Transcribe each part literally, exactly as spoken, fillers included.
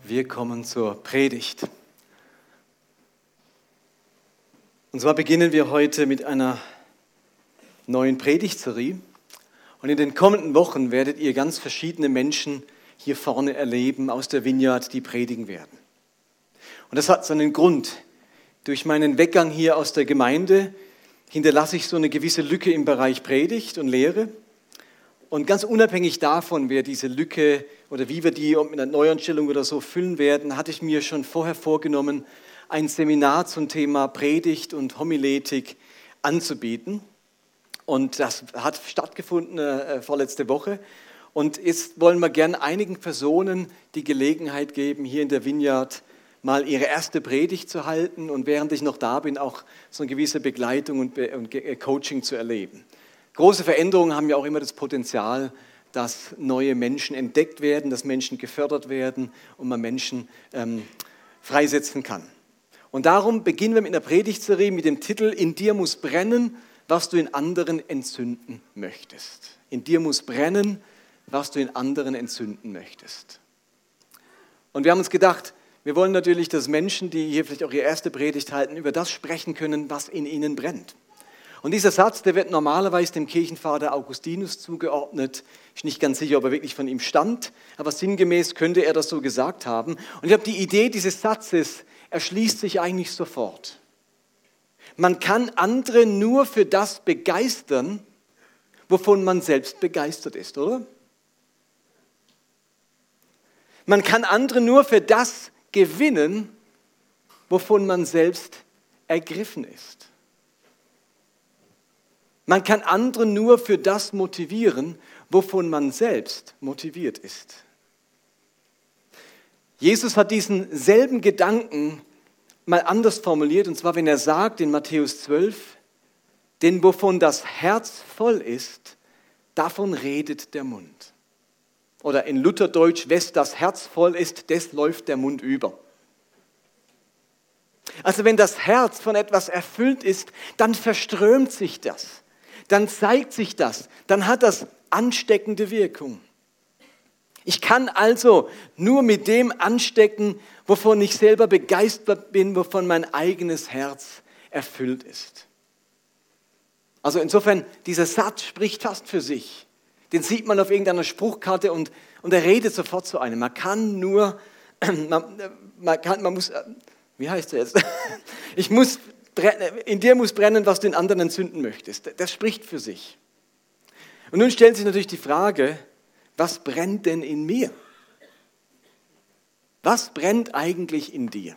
Wir kommen zur Predigt. Und zwar beginnen wir heute mit einer neuen Predigtserie. Und in den kommenden Wochen werdet ihr ganz verschiedene Menschen hier vorne erleben aus der Vineyard, die predigen werden. Und das hat seinen Grund. Durch meinen Weggang hier aus der Gemeinde hinterlasse ich so eine gewisse Lücke im Bereich Predigt und Lehre. Und ganz unabhängig davon, wer diese Lücke oder wie wir die mit einer Neuanstellung oder so füllen werden, hatte ich mir schon vorher vorgenommen, ein Seminar zum Thema Predigt und Homiletik anzubieten. Und das hat stattgefunden äh, vorletzte Woche. Und jetzt wollen wir gerne einigen Personen die Gelegenheit geben, hier in der Vineyard mal ihre erste Predigt zu halten und während ich noch da bin, auch so eine gewisse Begleitung und, Be- und Coaching zu erleben. Große Veränderungen haben ja auch immer das Potenzial, dass neue Menschen entdeckt werden, dass Menschen gefördert werden und man Menschen ähm, freisetzen kann. Und darum beginnen wir mit einer Predigtserie mit dem Titel In dir muss brennen, was du in anderen entzünden möchtest. In dir muss brennen, was du in anderen entzünden möchtest. Und wir haben uns gedacht, wir wollen natürlich, dass Menschen, die hier vielleicht auch ihre erste Predigt halten, über das sprechen können, was in ihnen brennt. Und dieser Satz, der wird normalerweise dem Kirchenvater Augustinus zugeordnet. Ich bin nicht ganz sicher, ob er wirklich von ihm stammt, aber sinngemäß könnte er das so gesagt haben. Und ich habe die Idee dieses Satzes erschließt sich eigentlich sofort. Man kann andere nur für das begeistern, wovon man selbst begeistert ist, oder? Man kann andere nur für das gewinnen, wovon man selbst ergriffen ist. Man kann andere nur für das motivieren, wovon man selbst motiviert ist. Jesus hat diesen selben Gedanken mal anders formuliert, und zwar wenn er sagt in Matthäus zwölf, denn wovon das Herz voll ist, davon redet der Mund. Oder in Lutherdeutsch, wes das Herz voll ist, des läuft der Mund über. Also wenn das Herz von etwas erfüllt ist, dann verströmt sich das. Dann zeigt sich das, dann hat das ansteckende Wirkung. Ich kann also nur mit dem anstecken, wovon ich selber begeistert bin, wovon mein eigenes Herz erfüllt ist. Also insofern, dieser Satz spricht fast für sich. Den sieht man auf irgendeiner Spruchkarte und, und er redet sofort zu einem. Man kann nur, man, man, kann, man muss, wie heißt er jetzt? Ich muss In dir muss brennen, was du in anderen entzünden möchtest. Das spricht für sich. Und nun stellt sich natürlich die Frage, was brennt denn in mir? Was brennt eigentlich in dir?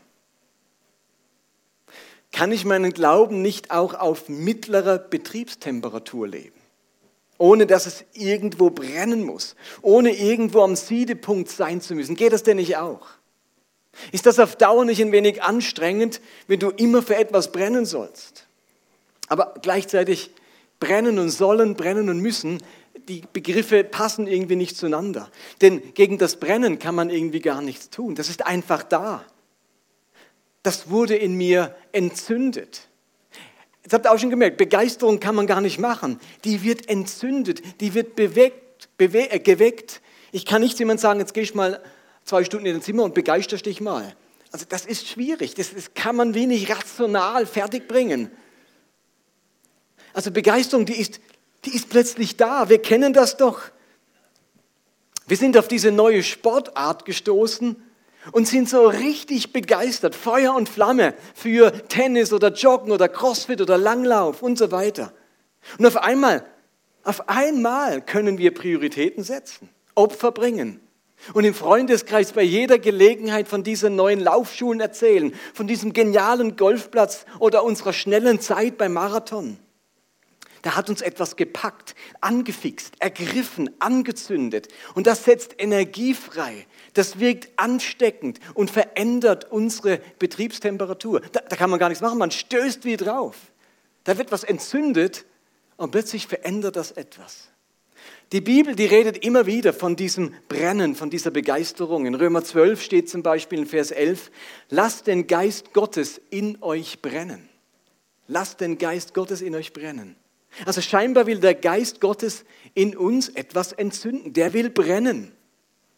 Kann ich meinen Glauben nicht auch auf mittlerer Betriebstemperatur leben? Ohne dass es irgendwo brennen muss, ohne irgendwo am Siedepunkt sein zu müssen. Geht das denn nicht auch? Ist das auf Dauer nicht ein wenig anstrengend, wenn du immer für etwas brennen sollst? Aber gleichzeitig brennen und sollen, brennen und müssen, die Begriffe passen irgendwie nicht zueinander. Denn gegen das Brennen kann man irgendwie gar nichts tun. Das ist einfach da. Das wurde in mir entzündet. Jetzt habt ihr auch schon gemerkt, Begeisterung kann man gar nicht machen. Die wird entzündet, die wird bewegt, bewe- äh, geweckt. Ich kann nicht jemand sagen, jetzt geh ich mal zwei Stunden in ein Zimmer und begeisterst dich mal. Also das ist schwierig, das, das kann man wenig rational fertigbringen. Also Begeisterung, die ist, die ist plötzlich da, wir kennen das doch. Wir sind auf diese neue Sportart gestoßen und sind so richtig begeistert, Feuer und Flamme für Tennis oder Joggen oder Crossfit oder Langlauf und so weiter. Und auf einmal, auf einmal können wir Prioritäten setzen, Opfer bringen. Und im Freundeskreis bei jeder Gelegenheit von diesen neuen Laufschulen erzählen, von diesem genialen Golfplatz oder unserer schnellen Zeit beim Marathon. Da hat uns etwas gepackt, angefixt, ergriffen, angezündet. Und das setzt Energie frei. Das wirkt ansteckend und verändert unsere Betriebstemperatur. Da, da kann man gar nichts machen, man stößt wie drauf. Da wird was entzündet und plötzlich verändert das etwas. Die Bibel, die redet immer wieder von diesem Brennen, von dieser Begeisterung. In Römer zwölf steht zum Beispiel in Vers elf, lasst den Geist Gottes in euch brennen. Lasst den Geist Gottes in euch brennen. Also scheinbar will der Geist Gottes in uns etwas entzünden. Der will brennen.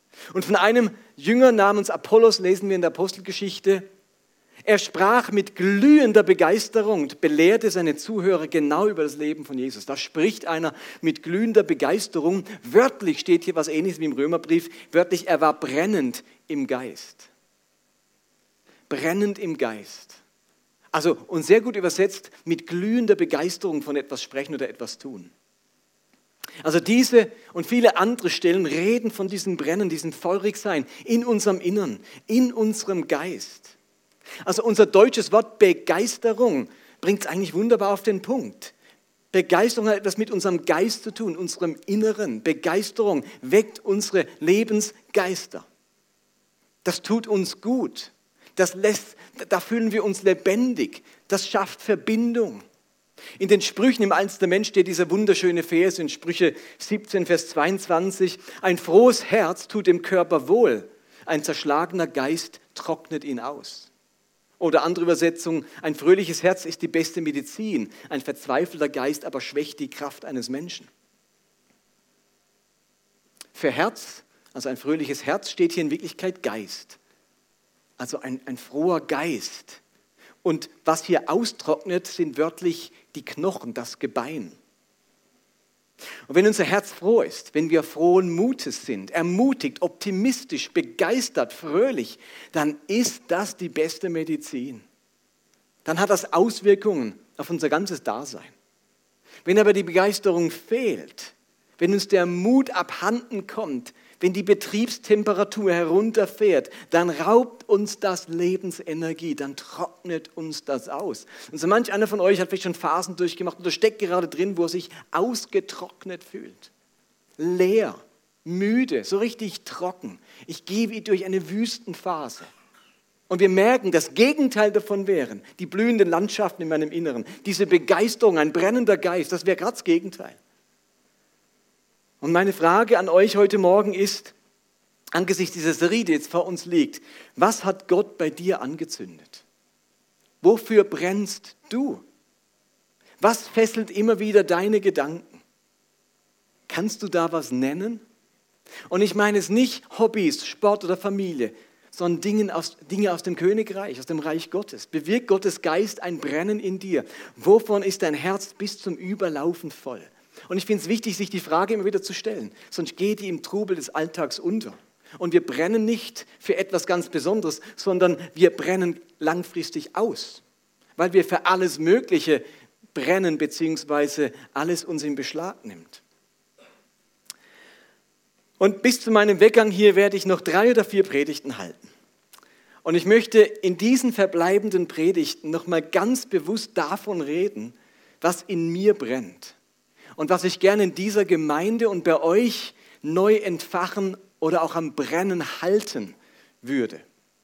Und von einem Jünger namens Apollos lesen wir in der Apostelgeschichte, er sprach mit glühender Begeisterung und belehrte seine Zuhörer genau über das Leben von Jesus. Da spricht einer mit glühender Begeisterung. Wörtlich steht hier was Ähnliches wie im Römerbrief. Wörtlich, er war brennend im Geist. Brennend im Geist. Also, und sehr gut übersetzt, mit glühender Begeisterung von etwas sprechen oder etwas tun. Also diese und viele andere Stellen reden von diesem Brennen, diesem Feurigsein in unserem Innern, in unserem Geist. Also unser deutsches Wort Begeisterung bringt es eigentlich wunderbar auf den Punkt. Begeisterung hat etwas mit unserem Geist zu tun, unserem Inneren. Begeisterung weckt unsere Lebensgeister. Das tut uns gut. Das lässt, da fühlen wir uns lebendig. Das schafft Verbindung. In den Sprüchen im Alten Testament steht dieser wunderschöne Vers in Sprüche siebzehn, Vers zweiundzwanzig. Ein frohes Herz tut dem Körper wohl, ein zerschlagener Geist trocknet ihn aus. Oder andere Übersetzung, ein fröhliches Herz ist die beste Medizin, ein verzweifelter Geist aber schwächt die Kraft eines Menschen. Für Herz, also ein fröhliches Herz, steht hier in Wirklichkeit Geist. Also ein, ein froher Geist. Und was hier austrocknet, sind wörtlich die Knochen, das Gebein. Und wenn unser Herz froh ist, wenn wir frohen Mutes sind, ermutigt, optimistisch, begeistert, fröhlich, dann ist das die beste Medizin. Dann hat das Auswirkungen auf unser ganzes Dasein. Wenn aber die Begeisterung fehlt, wenn uns der Mut abhanden kommt, wenn die Betriebstemperatur herunterfährt, dann raubt uns das Lebensenergie, dann trocknet uns das aus. Und so manch einer von euch hat vielleicht schon Phasen durchgemacht oder steckt gerade drin, wo er sich ausgetrocknet fühlt. Leer, müde, so richtig trocken. Ich gehe durch eine Wüstenphase. Und wir merken, das Gegenteil davon wären die blühenden Landschaften in meinem Inneren. Diese Begeisterung, ein brennender Geist, das wäre gerade das Gegenteil. Und meine Frage an euch heute Morgen ist, angesichts dieser Serie, die jetzt vor uns liegt, was hat Gott bei dir angezündet? Wofür brennst du? Was fesselt immer wieder deine Gedanken? Kannst du da was nennen? Und ich meine es nicht Hobbys, Sport oder Familie, sondern Dinge aus, Dinge aus dem Königreich, aus dem Reich Gottes. Bewirkt Gottes Geist ein Brennen in dir? Wovon ist dein Herz bis zum Überlaufen voll? Und ich finde es wichtig, sich die Frage immer wieder zu stellen, sonst geht die im Trubel des Alltags unter. Und wir brennen nicht für etwas ganz Besonderes, sondern wir brennen langfristig aus, weil wir für alles Mögliche brennen, beziehungsweise alles uns in Beschlag nimmt. Und bis zu meinem Weggang hier werde ich noch drei oder vier Predigten halten. Und ich möchte in diesen verbleibenden Predigten nochmal ganz bewusst davon reden, was in mir brennt. Und was ich gerne in dieser Gemeinde und bei euch neu entfachen oder auch am Brennen halten würde.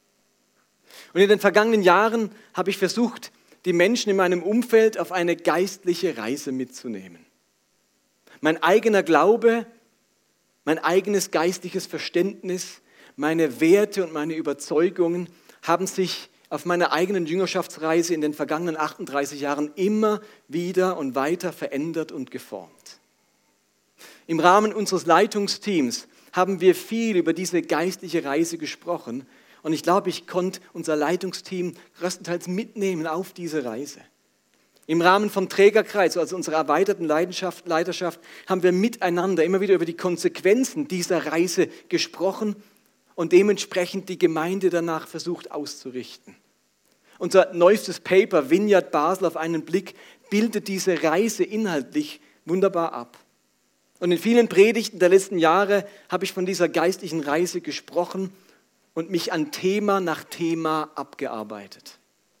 Und in den vergangenen Jahren habe ich versucht, die Menschen in meinem Umfeld auf eine geistliche Reise mitzunehmen. Mein eigener Glaube, mein eigenes geistliches Verständnis, meine Werte und meine Überzeugungen haben sich auf meiner eigenen Jüngerschaftsreise in den vergangenen achtunddreißig Jahren immer wieder und weiter verändert und geformt. Im Rahmen unseres Leitungsteams haben wir viel über diese geistliche Reise gesprochen und ich glaube, ich konnte unser Leitungsteam größtenteils mitnehmen auf diese Reise. Im Rahmen vom Trägerkreis, also unserer erweiterten Leidenschaft, Leiterschaft, haben wir miteinander immer wieder über die Konsequenzen dieser Reise gesprochen und dementsprechend die Gemeinde danach versucht auszurichten. Unser neuestes Paper, Vineyard Basel auf einen Blick, bildet diese Reise inhaltlich wunderbar ab. Und in vielen Predigten der letzten Jahre habe ich von dieser geistlichen Reise gesprochen und mich an Thema nach Thema abgearbeitet.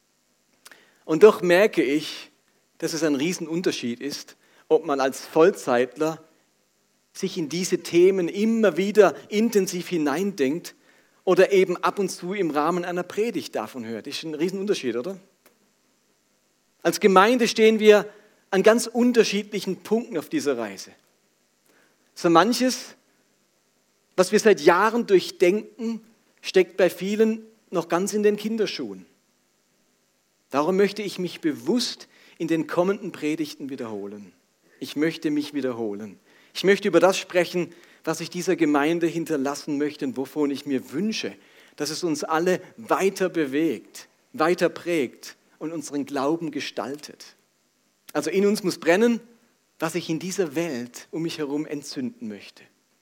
Und doch merke ich, dass es ein Riesenunterschied ist, ob man als Vollzeitler sich in diese Themen immer wieder intensiv hineindenkt oder eben ab und zu im Rahmen einer Predigt davon hört. Das ist ein Riesenunterschied, oder? Als Gemeinde stehen wir an ganz unterschiedlichen Punkten auf dieser Reise. So manches, was wir seit Jahren durchdenken, steckt bei vielen noch ganz in den Kinderschuhen. Darum möchte ich mich bewusst in den kommenden Predigten wiederholen. Ich möchte mich wiederholen. Ich möchte über das sprechen, was ich dieser Gemeinde hinterlassen möchte und wovon ich mir wünsche, dass es uns alle weiter bewegt, weiter prägt und unseren Glauben gestaltet. Also in uns muss brennen, was ich in dieser Welt um mich herum entzünden möchte.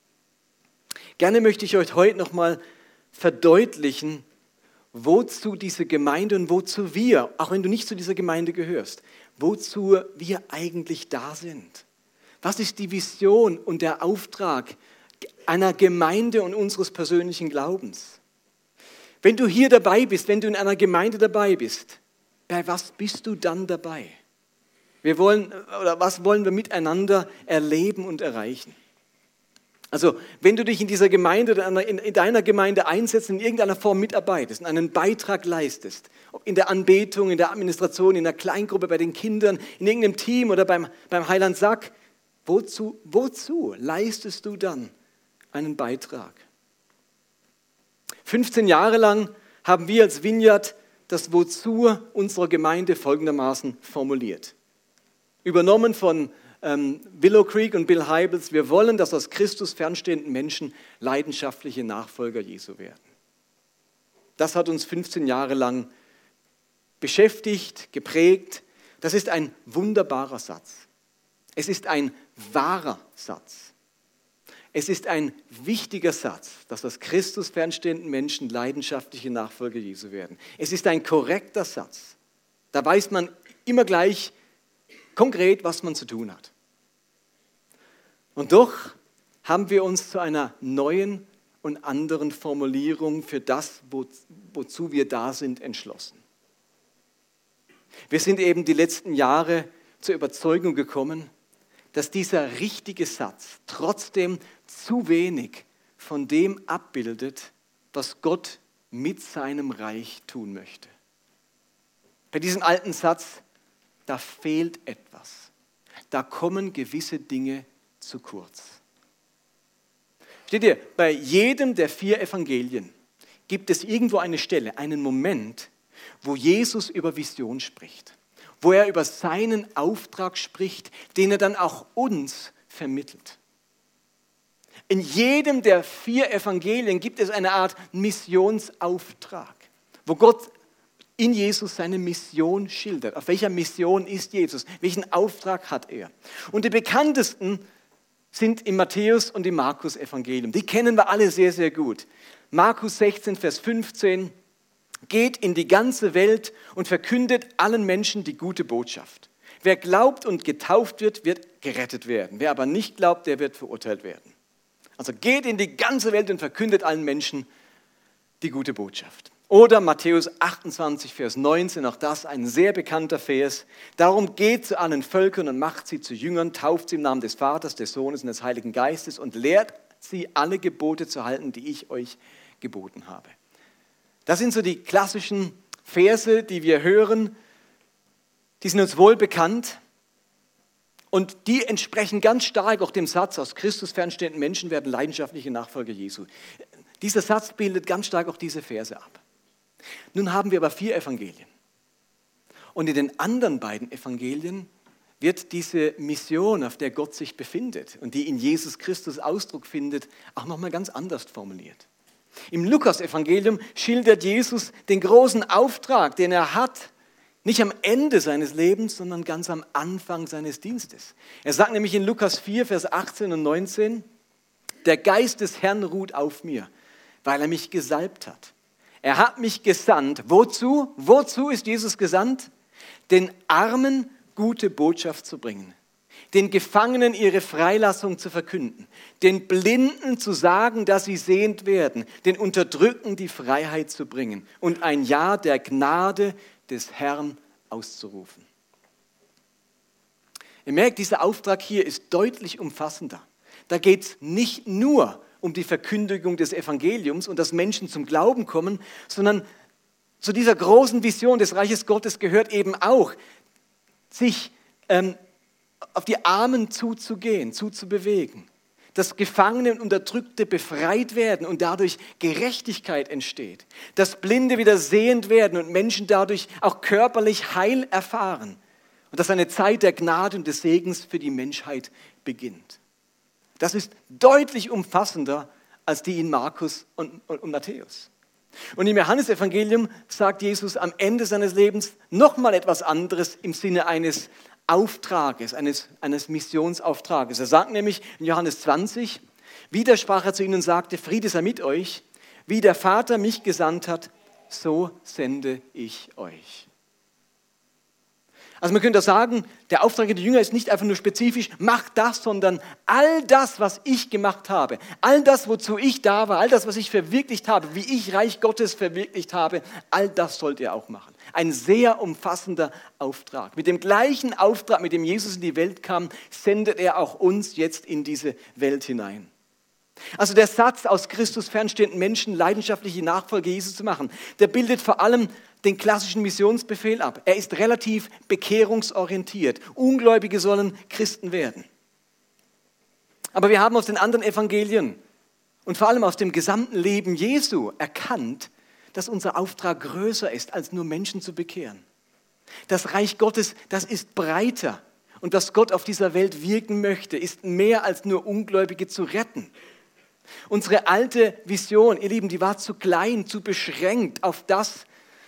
Gerne möchte ich euch heute nochmal verdeutlichen, wozu diese Gemeinde und wozu wir, auch wenn du nicht zu dieser Gemeinde gehörst, wozu wir eigentlich da sind. Was ist die Vision und der Auftrag einer Gemeinde und unseres persönlichen Glaubens? Wenn du hier dabei bist, wenn du in einer Gemeinde dabei bist, bei was bist du dann dabei? Wir wollen, oder was wollen wir miteinander erleben und erreichen? Also, wenn du dich in dieser Gemeinde oder in deiner Gemeinde einsetzt, in irgendeiner Form mitarbeitest, einen Beitrag leistest, ob in der Anbetung, in der Administration, in der Kleingruppe, bei den Kindern, in irgendeinem Team oder beim, beim Heiland Sack, wozu, wozu leistest du dann einen Beitrag? fünfzehn Jahre lang haben wir als Vineyard das Wozu unserer Gemeinde folgendermaßen formuliert. Übernommen von ähm, Willow Creek und Bill Hybels: Wir wollen, dass aus Christus fernstehenden Menschen leidenschaftliche Nachfolger Jesu werden. Das hat uns fünfzehn Jahre lang beschäftigt, geprägt. Das ist ein wunderbarer Satz. Es ist ein wahrer Satz. Es ist ein wichtiger Satz, dass aus Christus fernstehenden Menschen leidenschaftliche Nachfolger Jesu werden. Es ist ein korrekter Satz. Da weiß man immer gleich konkret, was man zu tun hat. Und doch haben wir uns zu einer neuen und anderen Formulierung für das, wo, wozu wir da sind, entschlossen. Wir sind eben die letzten Jahre zur Überzeugung gekommen, dass dieser richtige Satz trotzdem zu wenig von dem abbildet, was Gott mit seinem Reich tun möchte. Bei diesem alten Satz, da fehlt etwas. Da kommen gewisse Dinge zu kurz. Steht ihr, bei jedem der vier Evangelien gibt es irgendwo eine Stelle, einen Moment, wo Jesus über Vision spricht, wo er über seinen Auftrag spricht, den er dann auch uns vermittelt. In jedem der vier Evangelien gibt es eine Art Missionsauftrag, wo Gott in Jesus seine Mission schildert. Auf welcher Mission ist Jesus? Welchen Auftrag hat er? Und die bekanntesten sind im Matthäus- und im Markus-Evangelium. Die kennen wir alle sehr, sehr gut. Markus sechzehn, Vers fünfzehn. Geht in die ganze Welt und verkündet allen Menschen die gute Botschaft. Wer glaubt und getauft wird, wird gerettet werden. Wer aber nicht glaubt, der wird verurteilt werden. Also geht in die ganze Welt und verkündet allen Menschen die gute Botschaft. Oder Matthäus achtundzwanzig, Vers neunzehn, auch das ein sehr bekannter Vers. Darum geht zu allen Völkern und macht sie zu Jüngern, tauft sie im Namen des Vaters, des Sohnes und des Heiligen Geistes und lehrt sie, alle Gebote zu halten, die ich euch geboten habe. Das sind so die klassischen Verse, die wir hören. Die sind uns wohl bekannt. Und die entsprechen ganz stark auch dem Satz, aus Christus fernstehenden Menschen werden leidenschaftliche Nachfolger Jesu. Dieser Satz bildet ganz stark auch diese Verse ab. Nun haben wir aber vier Evangelien. Und in den anderen beiden Evangelien wird diese Mission, auf der Gott sich befindet und die in Jesus Christus Ausdruck findet, auch nochmal ganz anders formuliert. Im Lukas-Evangelium schildert Jesus den großen Auftrag, den er hat, nicht am Ende seines Lebens, sondern ganz am Anfang seines Dienstes. Er sagt nämlich in Lukas vier, Vers achtzehn und neunzehn, der Geist des Herrn ruht auf mir, weil er mich gesalbt hat. Er hat mich gesandt. Wozu? Wozu ist Jesus gesandt? Den Armen gute Botschaft zu bringen, den Gefangenen ihre Freilassung zu verkünden, den Blinden zu sagen, dass sie sehend werden, den Unterdrückten die Freiheit zu bringen und ein Ja der Gnade des Herrn auszurufen. Ihr merkt, dieser Auftrag hier ist deutlich umfassender. Da geht es nicht nur um die Verkündigung des Evangeliums und dass Menschen zum Glauben kommen, sondern zu dieser großen Vision des Reiches Gottes gehört eben auch, sich ähm, auf die Armen zuzugehen, zuzubewegen, dass Gefangene und Unterdrückte befreit werden und dadurch Gerechtigkeit entsteht, dass Blinde wieder sehend werden und Menschen dadurch auch körperlich Heil erfahren und dass eine Zeit der Gnade und des Segens für die Menschheit beginnt. Das ist deutlich umfassender als die in Markus und, und, und Matthäus. Und im Johannesevangelium sagt Jesus am Ende seines Lebens nochmal etwas anderes im Sinne eines Auftrages, eines, eines Missionsauftrages. Er sagt nämlich in Johannes zwanzig, wieder sprach er zu ihnen und sagte, Friede sei mit euch, wie der Vater mich gesandt hat, so sende ich euch. Also man könnte sagen, der Auftrag der Jünger ist nicht einfach nur spezifisch, mach das, sondern all das, was ich gemacht habe, all das, wozu ich da war, all das, was ich verwirklicht habe, wie ich Reich Gottes verwirklicht habe, all das sollt ihr auch machen. Ein sehr umfassender Auftrag. Mit dem gleichen Auftrag, mit dem Jesus in die Welt kam, sendet er auch uns jetzt in diese Welt hinein. Also der Satz, aus Christus fernstehenden Menschen leidenschaftliche Nachfolger Jesus zu machen, der bildet vor allem den klassischen Missionsbefehl ab. Er ist relativ bekehrungsorientiert. Ungläubige sollen Christen werden. Aber wir haben aus den anderen Evangelien und vor allem aus dem gesamten Leben Jesu erkannt, dass unser Auftrag größer ist, als nur Menschen zu bekehren. Das Reich Gottes, das ist breiter. Und was Gott auf dieser Welt wirken möchte, ist mehr als nur Ungläubige zu retten. Unsere alte Vision, ihr Lieben, die war zu klein, zu beschränkt auf das,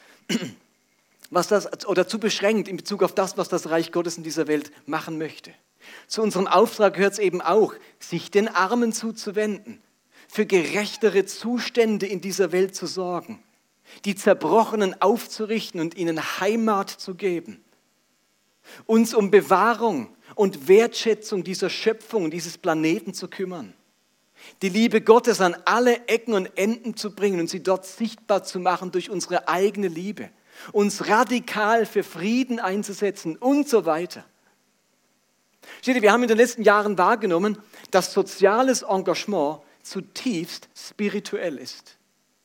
was das, oder zu beschränkt in Bezug auf das, was das Reich Gottes in dieser Welt machen möchte. Zu unserem Auftrag gehört es eben auch, sich den Armen zuzuwenden, für gerechtere Zustände in dieser Welt zu sorgen, die Zerbrochenen aufzurichten und ihnen Heimat zu geben, uns um Bewahrung und Wertschätzung dieser Schöpfung, dieses Planeten zu kümmern, die Liebe Gottes an alle Ecken und Enden zu bringen und sie dort sichtbar zu machen durch unsere eigene Liebe, uns radikal für Frieden einzusetzen und so weiter. Steht ihr, wir haben in den letzten Jahren wahrgenommen, dass soziales Engagement zutiefst spirituell ist.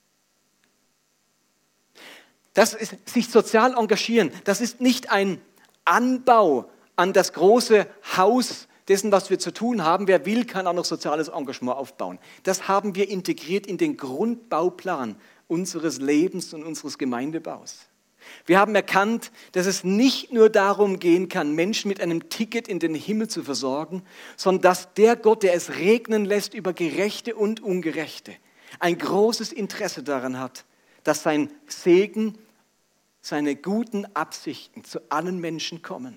Das ist, sich sozial engagieren, das ist nicht ein Anbau an das große Haus dessen, was wir zu tun haben. Wer will, kann auch noch soziales Engagement aufbauen. Das haben wir integriert in den Grundbauplan unseres Lebens und unseres Gemeindebaus. Wir haben erkannt, dass es nicht nur darum gehen kann, Menschen mit einem Ticket in den Himmel zu versorgen, sondern dass der Gott, der es regnen lässt über Gerechte und Ungerechte, ein großes Interesse daran hat, dass sein Segen, seine guten Absichten zu allen Menschen kommen.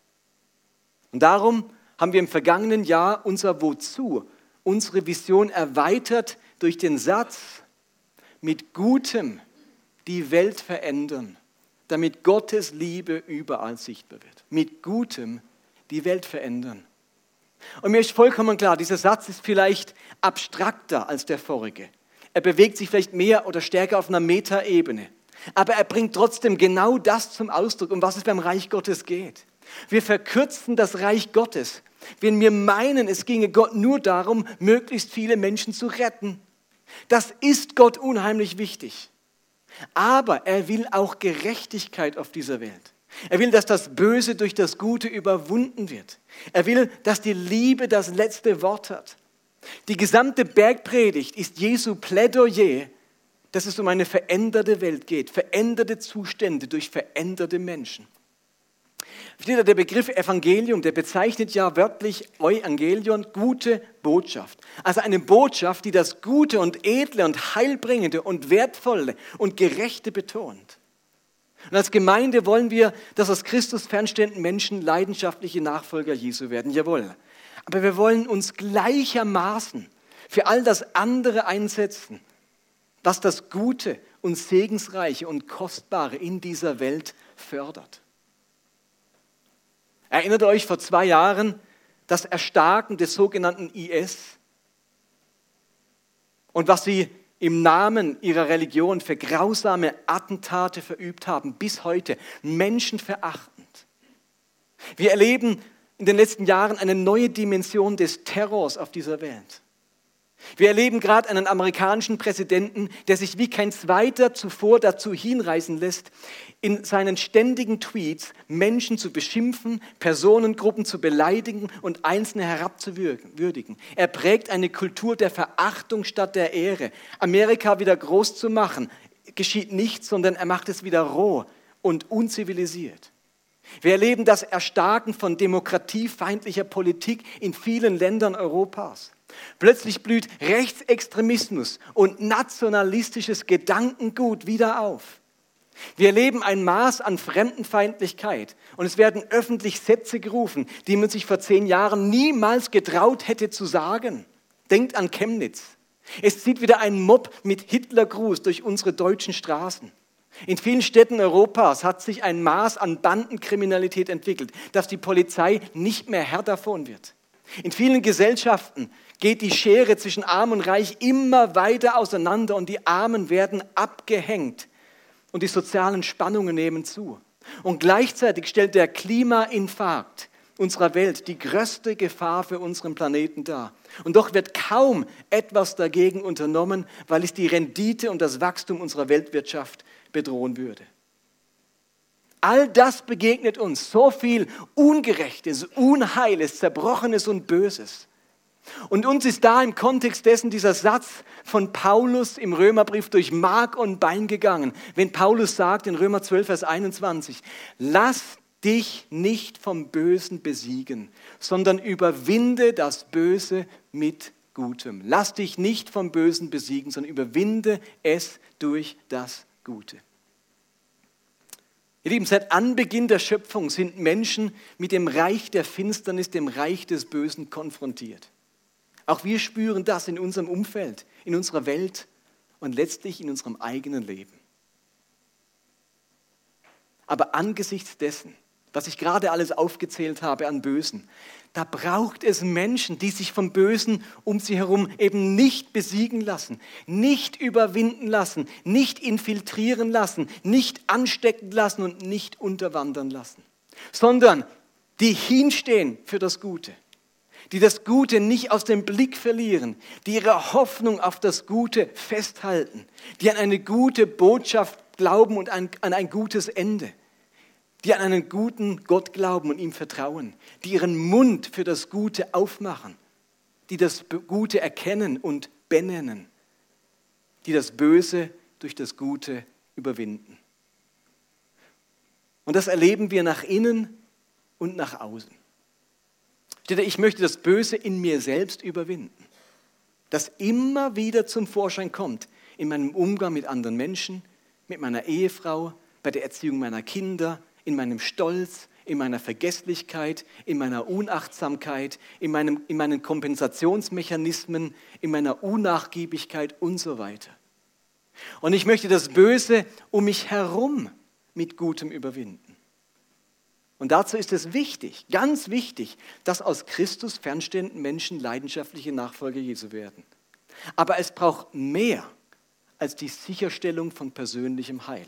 Und darum haben wir im vergangenen Jahr unser Wozu, unsere Vision erweitert durch den Satz, mit Gutem die Welt verändern, damit Gottes Liebe überall sichtbar wird. Mit Gutem die Welt verändern. Und mir ist vollkommen klar, dieser Satz ist vielleicht abstrakter als der vorige. Er bewegt sich vielleicht mehr oder stärker auf einer Metaebene. Aber er bringt trotzdem genau das zum Ausdruck, um was es beim Reich Gottes geht. Wir verkürzen das Reich Gottes, wenn wir meinen, es ginge Gott nur darum, möglichst viele Menschen zu retten. Das ist Gott unheimlich wichtig. Aber er will auch Gerechtigkeit auf dieser Welt. Er will, dass das Böse durch das Gute überwunden wird. Er will, dass die Liebe das letzte Wort hat. Die gesamte Bergpredigt ist Jesu Plädoyer, dass es um eine veränderte Welt geht, veränderte Zustände durch veränderte Menschen. Versteht ihr, der Begriff Evangelium, der bezeichnet ja wörtlich Evangelion, gute Botschaft. Also eine Botschaft, die das Gute und Edle und Heilbringende und Wertvolle und Gerechte betont. Und als Gemeinde wollen wir, dass aus Christus fernstehenden Menschen leidenschaftliche Nachfolger Jesu werden, jawohl. Aber wir wollen uns gleichermaßen für all das andere einsetzen, was das Gute und Segensreiche und Kostbare in dieser Welt fördert. Erinnert ihr euch vor zwei Jahren das Erstarken des sogenannten I S und was sie im Namen ihrer Religion für grausame Attentate verübt haben, bis heute, menschenverachtend. Wir erleben in den letzten Jahren eine neue Dimension des Terrors auf dieser Welt. Wir erleben gerade einen amerikanischen Präsidenten, der sich wie kein zweiter zuvor dazu hinreißen lässt, in seinen ständigen Tweets Menschen zu beschimpfen, Personengruppen zu beleidigen und Einzelne herabzuwürdigen. Er prägt eine Kultur der Verachtung statt der Ehre. Amerika wieder groß zu machen, geschieht nichts, sondern er macht es wieder roh und unzivilisiert. Wir erleben das Erstarken von demokratiefeindlicher Politik in vielen Ländern Europas. Plötzlich blüht Rechtsextremismus und nationalistisches Gedankengut wieder auf. Wir erleben ein Maß an Fremdenfeindlichkeit und es werden öffentlich Sätze gerufen, die man sich vor zehn Jahren niemals getraut hätte zu sagen. Denkt an Chemnitz. Es zieht wieder ein Mob mit Hitlergruß durch unsere deutschen Straßen. In vielen Städten Europas hat sich ein Maß an Bandenkriminalität entwickelt, dass die Polizei nicht mehr Herr davon wird. In vielen Gesellschaften geht die Schere zwischen Arm und Reich immer weiter auseinander und die Armen werden abgehängt und die sozialen Spannungen nehmen zu. Und gleichzeitig stellt der Klimainfarkt unserer Welt die größte Gefahr für unseren Planeten dar. Und doch wird kaum etwas dagegen unternommen, weil es die Rendite und das Wachstum unserer Weltwirtschaft bedrohen würde. All das begegnet uns, so viel Ungerechtes, Unheiles, Zerbrochenes und Böses. Und uns ist da im Kontext dessen dieser Satz von Paulus im Römerbrief durch Mark und Bein gegangen, wenn Paulus sagt in Römer zwölf, Vers einundzwanzig, lass dich nicht vom Bösen besiegen, sondern überwinde das Böse mit Gutem. Lass dich nicht vom Bösen besiegen, sondern überwinde es durch das Gute. Ihr Lieben, seit Anbeginn der Schöpfung sind Menschen mit dem Reich der Finsternis, dem Reich des Bösen konfrontiert. Auch wir spüren das in unserem Umfeld, in unserer Welt und letztlich in unserem eigenen Leben. Aber angesichts dessen, was ich gerade alles aufgezählt habe an Bösen, da braucht es Menschen, die sich vom Bösen um sie herum eben nicht besiegen lassen, nicht überwinden lassen, nicht infiltrieren lassen, nicht anstecken lassen und nicht unterwandern lassen, sondern die hinstehen für das Gute, die das Gute nicht aus dem Blick verlieren, die ihre Hoffnung auf das Gute festhalten, die an eine gute Botschaft glauben und an, an ein gutes Ende, die an einen guten Gott glauben und ihm vertrauen, die ihren Mund für das Gute aufmachen, die das Gute erkennen und benennen, die das Böse durch das Gute überwinden. Und das erleben wir nach innen und nach außen. Ich möchte das Böse in mir selbst überwinden, das immer wieder zum Vorschein kommt, in meinem Umgang mit anderen Menschen, mit meiner Ehefrau, bei der Erziehung meiner Kinder, in meinem Stolz, in meiner Vergesslichkeit, in meiner Unachtsamkeit, in, meinem, in meinen Kompensationsmechanismen, in meiner Unnachgiebigkeit und so weiter. Und ich möchte das Böse um mich herum mit Gutem überwinden. Und dazu ist es wichtig, ganz wichtig, dass aus Christus fernstehenden Menschen leidenschaftliche Nachfolger Jesu werden. Aber es braucht mehr als die Sicherstellung von persönlichem Heil.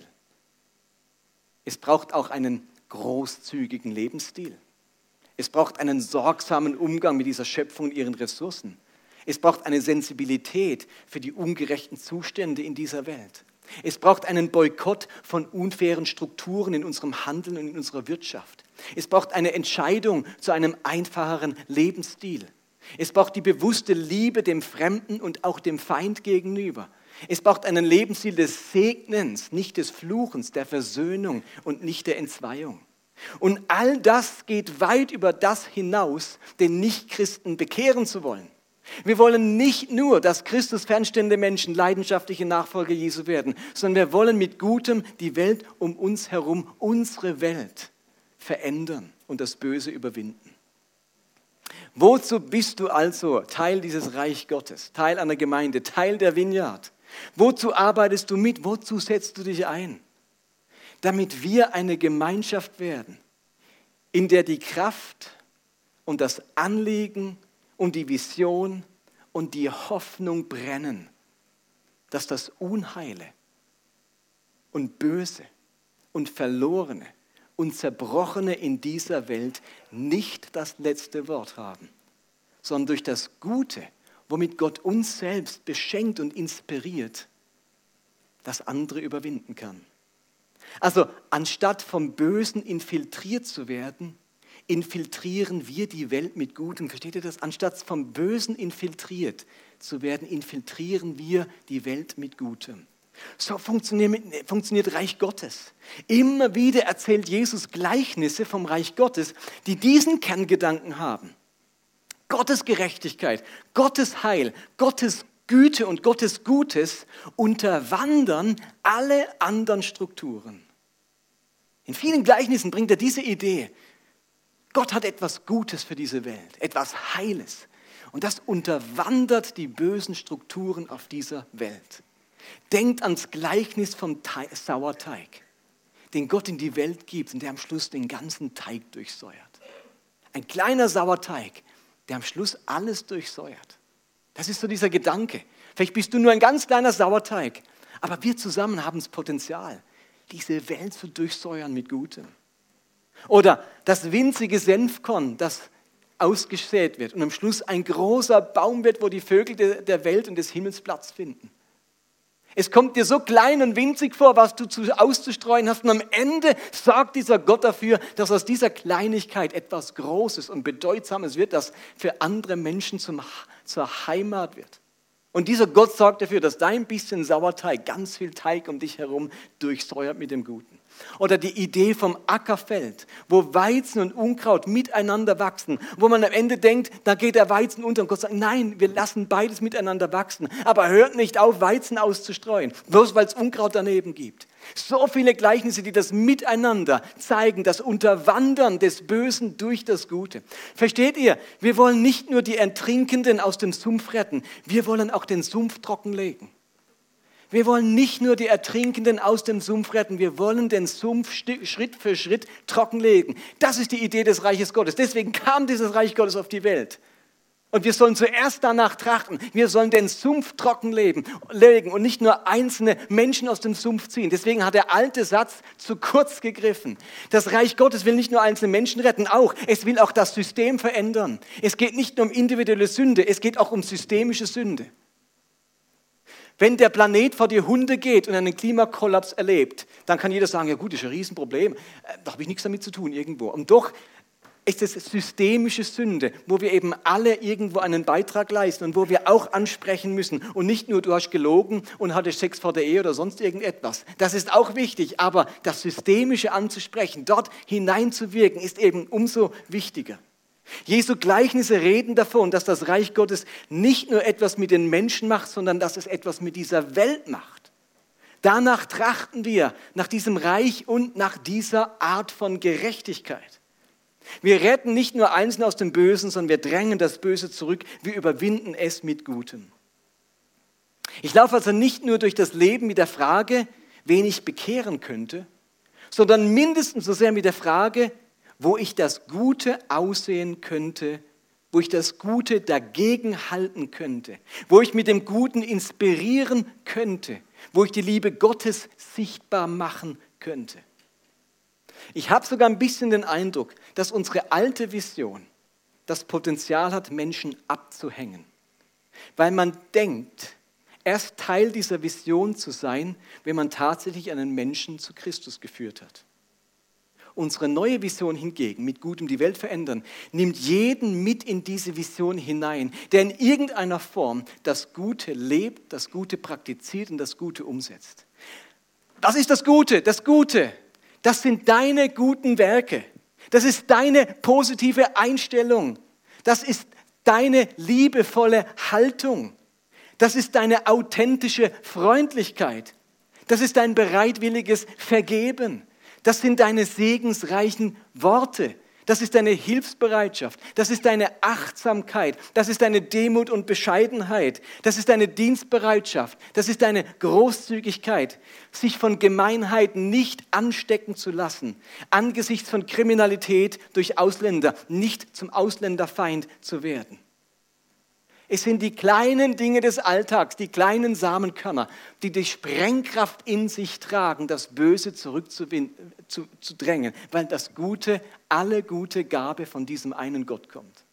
Es braucht auch einen großzügigen Lebensstil. Es braucht einen sorgsamen Umgang mit dieser Schöpfung und ihren Ressourcen. Es braucht eine Sensibilität für die ungerechten Zustände in dieser Welt. Es braucht einen Boykott von unfairen Strukturen in unserem Handeln und in unserer Wirtschaft. Es braucht eine Entscheidung zu einem einfacheren Lebensstil. Es braucht die bewusste Liebe dem Fremden und auch dem Feind gegenüber. Es braucht einen Lebensstil des Segnens, nicht des Fluchens, der Versöhnung und nicht der Entzweiung. Und all das geht weit über das hinaus, den Nichtchristen bekehren zu wollen. Wir wollen nicht nur, dass Christus fernstehende Menschen leidenschaftliche Nachfolger Jesu werden, sondern wir wollen mit Gutem die Welt um uns herum, unsere Welt, verändern und das Böse überwinden. Wozu bist du also Teil dieses Reich Gottes, Teil einer Gemeinde, Teil der Vineyard? Wozu arbeitest du mit? Wozu setzt du dich ein? Damit wir eine Gemeinschaft werden, in der die Kraft und das Anliegen und die Vision und die Hoffnung brennen, dass das Unheile und Böse und Verlorene und Zerbrochene in dieser Welt nicht das letzte Wort haben, sondern durch das Gute, womit Gott uns selbst beschenkt und inspiriert, das andere überwinden kann. Also anstatt vom Bösen infiltriert zu werden, infiltrieren wir die Welt mit Gutem. Versteht ihr das? Anstatt vom Bösen infiltriert zu werden, infiltrieren wir die Welt mit Gutem. So funktioniert, funktioniert Reich Gottes. Immer wieder erzählt Jesus Gleichnisse vom Reich Gottes, die diesen Kerngedanken haben. Gottes Gerechtigkeit, Gottes Heil, Gottes Güte und Gottes Gutes unterwandern alle anderen Strukturen. In vielen Gleichnissen bringt er diese Idee. Gott hat etwas Gutes für diese Welt, etwas Heiles. Und das unterwandert die bösen Strukturen auf dieser Welt. Denkt ans Gleichnis vom Teig, Sauerteig, den Gott in die Welt gibt und der am Schluss den ganzen Teig durchsäuert. Ein kleiner Sauerteig, der am Schluss alles durchsäuert. Das ist so dieser Gedanke. Vielleicht bist du nur ein ganz kleiner Sauerteig, aber wir zusammen haben das Potenzial, diese Welt zu durchsäuern mit Gutem. Oder das winzige Senfkorn, das ausgesät wird und am Schluss ein großer Baum wird, wo die Vögel der Welt und des Himmels Platz finden. Es kommt dir so klein und winzig vor, was du auszustreuen hast. Und am Ende sorgt dieser Gott dafür, dass aus dieser Kleinigkeit etwas Großes und Bedeutsames wird, das für andere Menschen zum, zur Heimat wird. Und dieser Gott sorgt dafür, dass dein bisschen Sauerteig, ganz viel Teig um dich herum durchsäuert mit dem Guten. Oder die Idee vom Ackerfeld, wo Weizen und Unkraut miteinander wachsen, wo man am Ende denkt, da geht der Weizen unter und Gott sagt, nein, wir lassen beides miteinander wachsen, aber hört nicht auf, Weizen auszustreuen, bloß weil es Unkraut daneben gibt. So viele Gleichnisse, die das Miteinander zeigen, das Unterwandern des Bösen durch das Gute. Versteht ihr? Wir wollen nicht nur die Ertrinkenden aus dem Sumpf retten, wir wollen auch den Sumpf trockenlegen. Wir wollen nicht nur die Ertrinkenden aus dem Sumpf retten, wir wollen den Sumpf Schritt für Schritt trockenlegen. Das ist die Idee des Reiches Gottes. Deswegen kam dieses Reich Gottes auf die Welt. Und wir sollen zuerst danach trachten, wir sollen den Sumpf trockenlegen und nicht nur einzelne Menschen aus dem Sumpf ziehen. Deswegen hat der alte Satz zu kurz gegriffen. Das Reich Gottes will nicht nur einzelne Menschen retten, auch. Es will auch das System verändern. Es geht nicht nur um individuelle Sünde, es geht auch um systemische Sünde. Wenn der Planet vor die Hunde geht und einen Klimakollaps erlebt, dann kann jeder sagen, ja gut, das ist ein Riesenproblem, da habe ich nichts damit zu tun irgendwo. Und doch ist es systemische Sünde, wo wir eben alle irgendwo einen Beitrag leisten und wo wir auch ansprechen müssen. Und nicht nur, du hast gelogen und hattest Sex vor der Ehe oder sonst irgendetwas. Das ist auch wichtig, aber das Systemische anzusprechen, dort hineinzuwirken, ist eben umso wichtiger. Jesu Gleichnisse reden davon, dass das Reich Gottes nicht nur etwas mit den Menschen macht, sondern dass es etwas mit dieser Welt macht. Danach trachten wir, nach diesem Reich und nach dieser Art von Gerechtigkeit. Wir retten nicht nur Einzelne aus dem Bösen, sondern wir drängen das Böse zurück, wir überwinden es mit Gutem. Ich laufe also nicht nur durch das Leben mit der Frage, wen ich bekehren könnte, sondern mindestens so sehr mit der Frage, wo ich das Gute aussehen könnte, wo ich das Gute dagegen halten könnte, wo ich mit dem Guten inspirieren könnte, wo ich die Liebe Gottes sichtbar machen könnte. Ich habe sogar ein bisschen den Eindruck, dass unsere alte Vision das Potenzial hat, Menschen abzuhängen, weil man denkt, erst Teil dieser Vision zu sein, wenn man tatsächlich einen Menschen zu Christus geführt hat. Unsere neue Vision hingegen, mit Gutem die Welt verändern, nimmt jeden mit in diese Vision hinein, der in irgendeiner Form das Gute lebt, das Gute praktiziert und das Gute umsetzt. Was ist das Gute? Das Gute, das sind deine guten Werke. Das ist deine positive Einstellung. Das ist deine liebevolle Haltung. Das ist deine authentische Freundlichkeit. Das ist dein bereitwilliges Vergeben. Das sind deine segensreichen Worte. Das ist deine Hilfsbereitschaft. Das ist deine Achtsamkeit. Das ist deine Demut und Bescheidenheit. Das ist deine Dienstbereitschaft. Das ist deine Großzügigkeit, sich von Gemeinheiten nicht anstecken zu lassen, angesichts von Kriminalität durch Ausländer nicht zum Ausländerfeind zu werden. Es sind die kleinen Dinge des Alltags, die kleinen Samenkörner, die die Sprengkraft in sich tragen, das Böse zurückzudrängen, zu, zu drängen, weil das Gute, alle gute Gabe von diesem einen Gott kommt.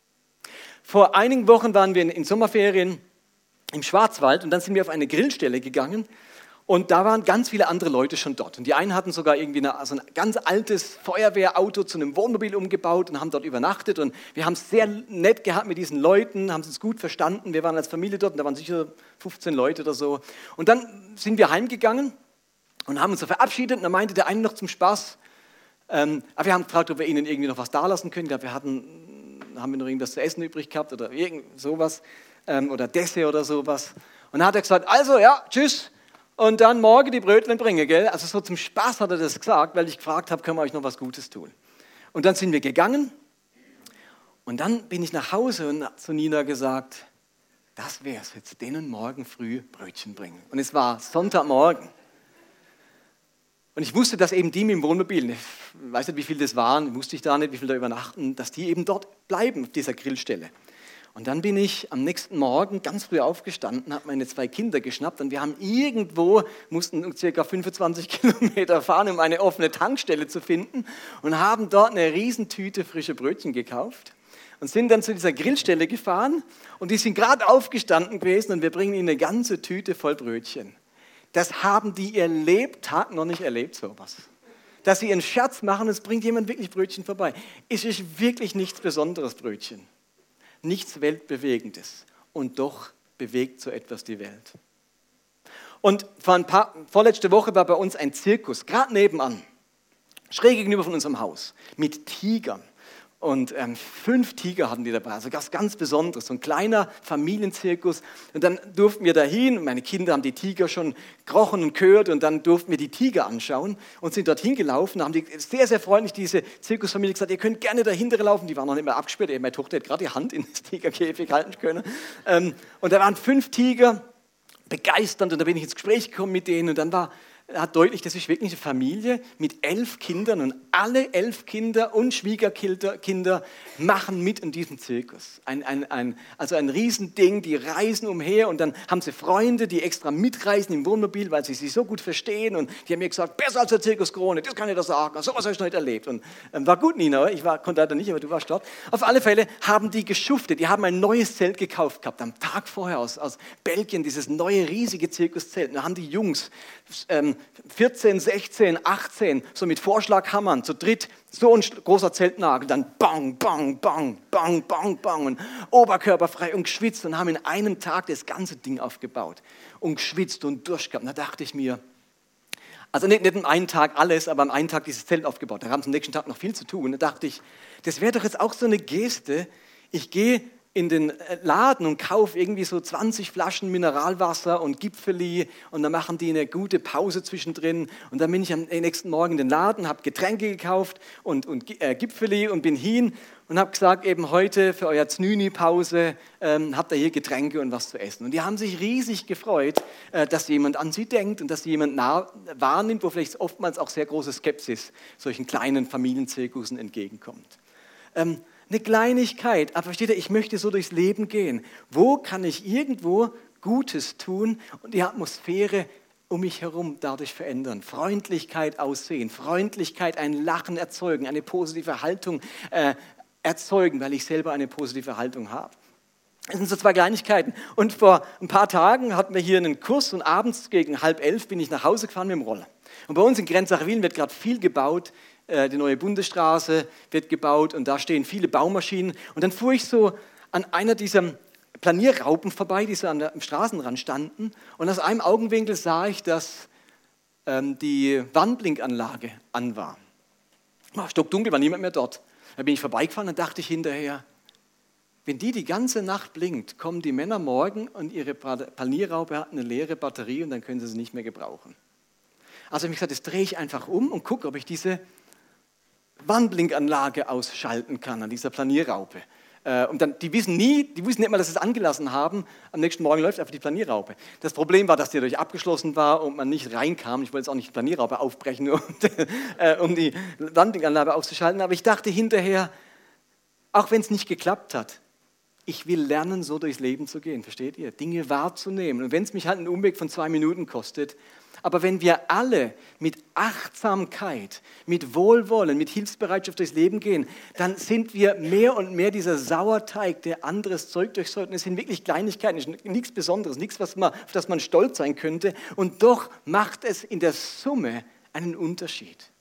Vor einigen Wochen waren wir in, in Sommerferien im Schwarzwald und dann sind wir auf eine Grillstelle gegangen Und da waren ganz viele andere Leute schon dort. Und die einen hatten sogar irgendwie eine, also ein ganz altes Feuerwehrauto zu einem Wohnmobil umgebaut und haben dort übernachtet. Und wir haben es sehr nett gehabt mit diesen Leuten, haben es gut verstanden. Wir waren als Familie dort und da waren sicher fünfzehn Leute oder so. Und dann sind wir heimgegangen und haben uns so verabschiedet. Und dann meinte der eine noch zum Spaß, ähm, aber wir haben gefragt, ob wir ihnen irgendwie noch was dalassen können. Ich glaube, wir hatten, haben wir noch irgendwas zu essen übrig gehabt oder irgend sowas ähm, oder Dessert oder sowas. Und dann hat er gesagt, also ja, tschüss. Und dann morgen die Brötchen bringen, gell? Also so zum Spaß hat er das gesagt, weil ich gefragt habe, können wir euch noch was Gutes tun? Und dann sind wir gegangen und dann bin ich nach Hause und habe zu Nina gesagt, das wär's jetzt, denen morgen früh Brötchen bringen. Und es war Sonntagmorgen. Und ich wusste, dass eben die mit dem Wohnmobil, ich weiß nicht, wie viele das waren, wusste ich da nicht, wie viele da übernachten, dass die eben dort bleiben, auf dieser Grillstelle. Und dann bin ich am nächsten Morgen ganz früh aufgestanden, habe meine zwei Kinder geschnappt und wir haben irgendwo, mussten ca. fünfundzwanzig Kilometer fahren, um eine offene Tankstelle zu finden und haben dort eine Riesentüte frische Brötchen gekauft und sind dann zu dieser Grillstelle gefahren und die sind gerade aufgestanden gewesen und wir bringen ihnen eine ganze Tüte voll Brötchen. Das haben die ihr Lebtag noch nicht erlebt, sowas. Dass sie einen Scherz machen, es bringt jemand wirklich Brötchen vorbei. Es ist wirklich nichts Besonderes, Brötchen. Nichts Weltbewegendes und doch bewegt so etwas die Welt. Und vor ein paar, vorletzte Woche war bei uns ein Zirkus, gerade nebenan, schräg gegenüber von unserem Haus, mit Tigern. Und ähm, fünf Tiger hatten die dabei, also was ganz Besonderes, so ein kleiner Familienzirkus. Und dann durften wir dahin, meine Kinder haben die Tiger schon gerochen und gehört und dann durften wir die Tiger anschauen und sind dorthin gelaufen. Da haben die sehr, sehr freundlich, diese Zirkusfamilie, gesagt, ihr könnt gerne dahinter laufen. Die waren noch nicht mehr abgesperrt, meine Tochter hat gerade die Hand in das Tigerkäfig halten können. Ähm, und da waren fünf Tiger, begeisternd und da bin ich ins Gespräch gekommen mit denen und dann war hat deutlich, das ist wirklich eine Familie mit elf Kindern und alle elf Kinder und Schwiegerkinder Kinder machen mit in diesem Zirkus. Ein, ein, ein, also ein Riesending, die reisen umher und dann haben sie Freunde, die extra mitreisen im Wohnmobil, weil sie sich so gut verstehen und die haben mir gesagt, besser als der Zirkus Krone, das kann ich doch sagen, so was habe ich noch nicht erlebt. Und ähm, war gut, Nina, ich war, konnte leider nicht, aber du warst dort. Auf alle Fälle haben die geschuftet, die haben ein neues Zelt gekauft gehabt, am Tag vorher aus, aus Belgien, dieses neue riesige Zirkuszelt. Und da haben die Jungs ähm, vierzehn, sechzehn, achtzehn, so mit Vorschlaghammern, zu dritt, so ein großer Zeltnagel, dann bang, bang, bang, bang, bang, bang und oberkörperfrei und geschwitzt und haben in einem Tag das ganze Ding aufgebaut und geschwitzt und durchgehabt. Und da dachte ich mir, also nicht, nicht am einen Tag alles, aber am einen Tag dieses Zelt aufgebaut. Da haben sie am nächsten Tag noch viel zu tun. Und da dachte ich, das wäre doch jetzt auch so eine Geste, ich gehe in den Laden und kaufe irgendwie so zwanzig Flaschen Mineralwasser und Gipfeli und dann machen die eine gute Pause zwischendrin und dann bin ich am nächsten Morgen in den Laden, habe Getränke gekauft und, und äh, Gipfeli und bin hin und habe gesagt, eben heute für euer Znüni-Pause ähm, habt ihr hier Getränke und was zu essen. Und die haben sich riesig gefreut, äh, dass jemand an sie denkt und dass jemand nah wahrnimmt, wo vielleicht oftmals auch sehr große Skepsis solchen kleinen Familienzirkusen entgegenkommt. Ähm, Eine Kleinigkeit, aber versteht ihr, ich möchte so durchs Leben gehen. Wo kann ich irgendwo Gutes tun und die Atmosphäre um mich herum dadurch verändern? Freundlichkeit aussehen, Freundlichkeit, ein Lachen erzeugen, eine positive Haltung äh, erzeugen, weil ich selber eine positive Haltung habe. Das sind so zwei Kleinigkeiten. Und vor ein paar Tagen hatten wir hier einen Kurs und abends gegen halb elf bin ich nach Hause gefahren mit dem Roller. Und bei uns in Grenzach-Wien wird gerade viel gebaut. Die neue Bundesstraße wird gebaut und da stehen viele Baumaschinen. Und dann fuhr ich so an einer dieser Planierraupen vorbei, die so an der, am Straßenrand standen. Und aus einem Augenwinkel sah ich, dass ähm, die Warnblinkanlage an war. War stockdunkel, war niemand mehr dort. Da bin ich vorbeigefahren und dachte ich hinterher, wenn die die ganze Nacht blinkt, kommen die Männer morgen und ihre Planierraupe hat eine leere Batterie und dann können sie sie nicht mehr gebrauchen. Also habe ich gesagt, das drehe ich einfach um und gucke, ob ich diese Warnblinkanlage ausschalten kann an dieser Planierraupe. Und dann, die wissen nie, die wissen nicht mal, dass sie es angelassen haben. Am nächsten Morgen läuft einfach die Planierraupe. Das Problem war, dass die dadurch abgeschlossen war und man nicht reinkam. Ich wollte jetzt auch nicht die Planierraupe aufbrechen, um, um die Warnblinkanlage auszuschalten. Aber ich dachte hinterher, auch wenn es nicht geklappt hat, ich will lernen, so durchs Leben zu gehen. Versteht ihr? Dinge wahrzunehmen. Und wenn es mich halt einen Umweg von zwei Minuten kostet, Aber wenn wir alle mit Achtsamkeit, mit Wohlwollen, mit Hilfsbereitschaft durchs Leben gehen, dann sind wir mehr und mehr dieser Sauerteig, der anderes Zeug durchsäuert. Und es sind wirklich Kleinigkeiten, nichts Besonderes, nichts, was man, auf das man stolz sein könnte. Und doch macht es in der Summe einen Unterschied.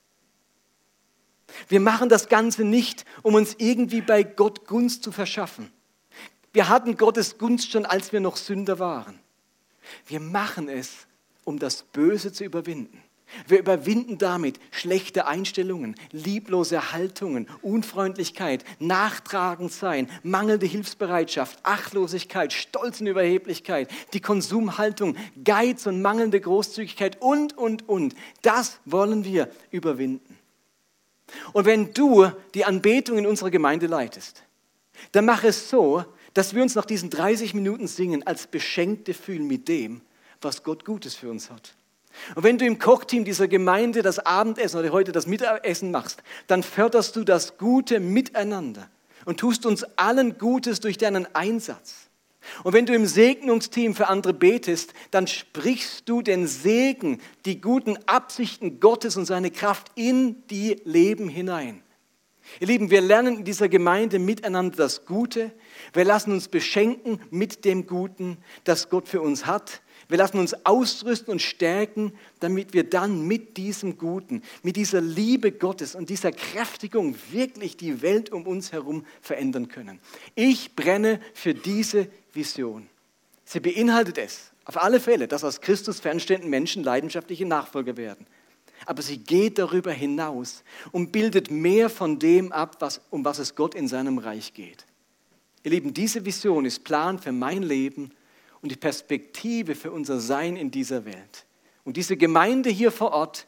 Wir machen das Ganze nicht, um uns irgendwie bei Gott Gunst zu verschaffen. Wir hatten Gottes Gunst schon, als wir noch Sünder waren. Wir machen es, um das Böse zu überwinden. Wir überwinden damit schlechte Einstellungen, lieblose Haltungen, Unfreundlichkeit, nachtragend sein, mangelnde Hilfsbereitschaft, Achtlosigkeit, Stolz und Überheblichkeit, die Konsumhaltung, Geiz und mangelnde Großzügigkeit und, und, und. Das wollen wir überwinden. Und wenn du die Anbetung in unserer Gemeinde leitest, dann mach es so, dass wir uns nach diesen dreißig Minuten Singen als Beschenkte fühlen mit dem, was Gott Gutes für uns hat. Und wenn du im Kochteam dieser Gemeinde das Abendessen oder heute das Mittagessen machst, dann förderst du das gute Miteinander und tust uns allen Gutes durch deinen Einsatz. Und wenn du im Segnungsteam für andere betest, dann sprichst du den Segen, die guten Absichten Gottes und seine Kraft in die Leben hinein. Ihr Lieben, wir lernen in dieser Gemeinde miteinander das Gute. Wir lassen uns beschenken mit dem Guten, das Gott für uns hat. Wir lassen uns ausrüsten und stärken, damit wir dann mit diesem Guten, mit dieser Liebe Gottes und dieser Kräftigung wirklich die Welt um uns herum verändern können. Ich brenne für diese Vision. Sie beinhaltet es, auf alle Fälle, dass aus Christus fernstehenden Menschen leidenschaftliche Nachfolger werden. Aber sie geht darüber hinaus und bildet mehr von dem ab, was, um was es Gott in seinem Reich geht. Ihr Lieben, diese Vision ist Plan für mein Leben und die Perspektive für unser Sein in dieser Welt. Und diese Gemeinde hier vor Ort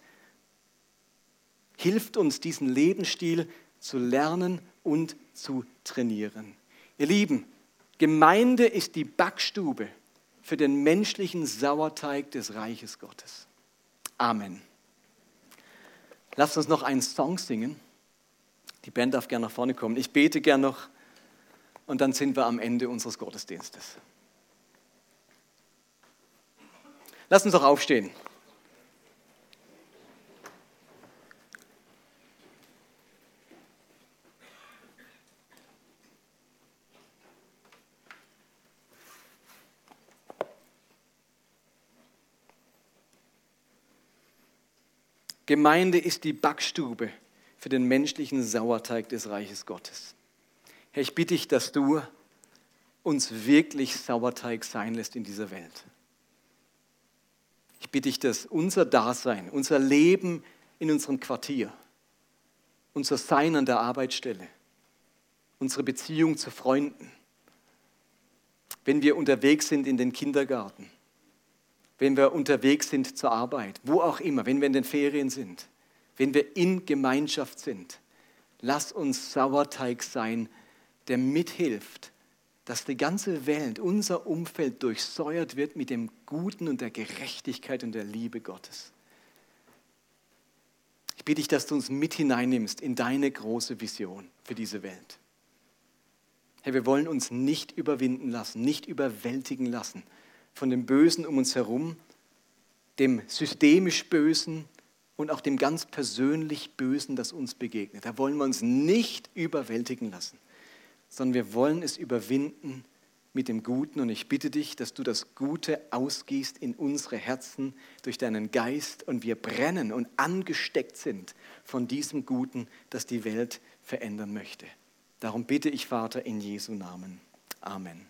hilft uns, diesen Lebensstil zu lernen und zu trainieren. Ihr Lieben, Gemeinde ist die Backstube für den menschlichen Sauerteig des Reiches Gottes. Amen. Lasst uns noch einen Song singen. Die Band darf gerne nach vorne kommen. Ich bete gerne noch und dann sind wir am Ende unseres Gottesdienstes. Lasst uns doch aufstehen. Gemeinde ist die Backstube für den menschlichen Sauerteig des Reiches Gottes. Herr, ich bitte dich, dass du uns wirklich Sauerteig sein lässt in dieser Welt. Ich bitte dich, dass unser Dasein, unser Leben in unserem Quartier, unser Sein an der Arbeitsstelle, unsere Beziehung zu Freunden, wenn wir unterwegs sind in den Kindergarten, wenn wir unterwegs sind zur Arbeit, wo auch immer, wenn wir in den Ferien sind, wenn wir in Gemeinschaft sind, lass uns Sauerteig sein, der mithilft, dass die ganze Welt, unser Umfeld durchsäuert wird mit dem Guten und der Gerechtigkeit und der Liebe Gottes. Ich bitte dich, dass du uns mit hineinnimmst in deine große Vision für diese Welt. Herr, wir wollen uns nicht überwinden lassen, nicht überwältigen lassen von dem Bösen um uns herum, dem systemisch Bösen und auch dem ganz persönlich Bösen, das uns begegnet. Da wollen wir uns nicht überwältigen lassen, sondern wir wollen es überwinden mit dem Guten. Und ich bitte dich, dass du das Gute ausgießt in unsere Herzen durch deinen Geist und wir brennen und angesteckt sind von diesem Guten, das die Welt verändern möchte. Darum bitte ich, Vater, in Jesu Namen. Amen.